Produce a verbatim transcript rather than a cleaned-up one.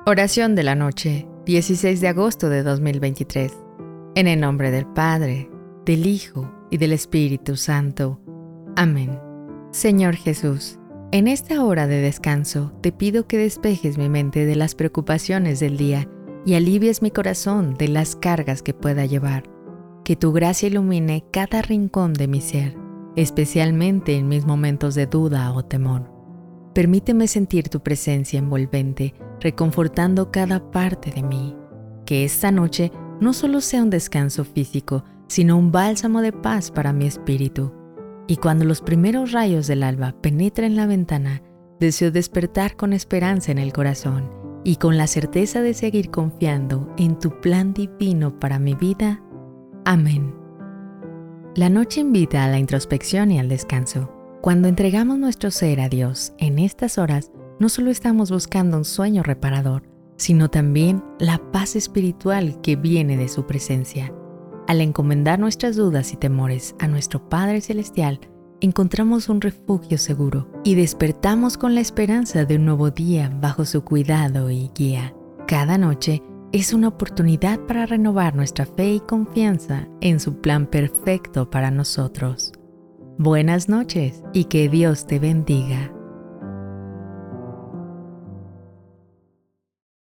Oración de la noche, dieciséis de agosto de dos mil veintitrés. En el nombre del Padre, del Hijo y del Espíritu Santo. Amén. Señor Jesús, en esta hora de descanso te pido que despejes mi mente de las preocupaciones del día y alivies mi corazón de las cargas que pueda llevar. Que tu gracia ilumine cada rincón de mi ser, especialmente en mis momentos de duda o temor. Permíteme sentir tu presencia envolvente, reconfortando cada parte de mí. Que esta noche no solo sea un descanso físico, sino un bálsamo de paz para mi espíritu. Y cuando los primeros rayos del alba penetren la ventana, deseo despertar con esperanza en el corazón y con la certeza de seguir confiando en tu plan divino para mi vida. Amén. La noche invita a la introspección y al descanso. Cuando entregamos nuestro ser a Dios en estas horas, no solo estamos buscando un sueño reparador, sino también la paz espiritual que viene de su presencia. Al encomendar nuestras dudas y temores a nuestro Padre Celestial, encontramos un refugio seguro y despertamos con la esperanza de un nuevo día bajo su cuidado y guía. Cada noche es una oportunidad para renovar nuestra fe y confianza en su plan perfecto para nosotros. Buenas noches y que Dios te bendiga.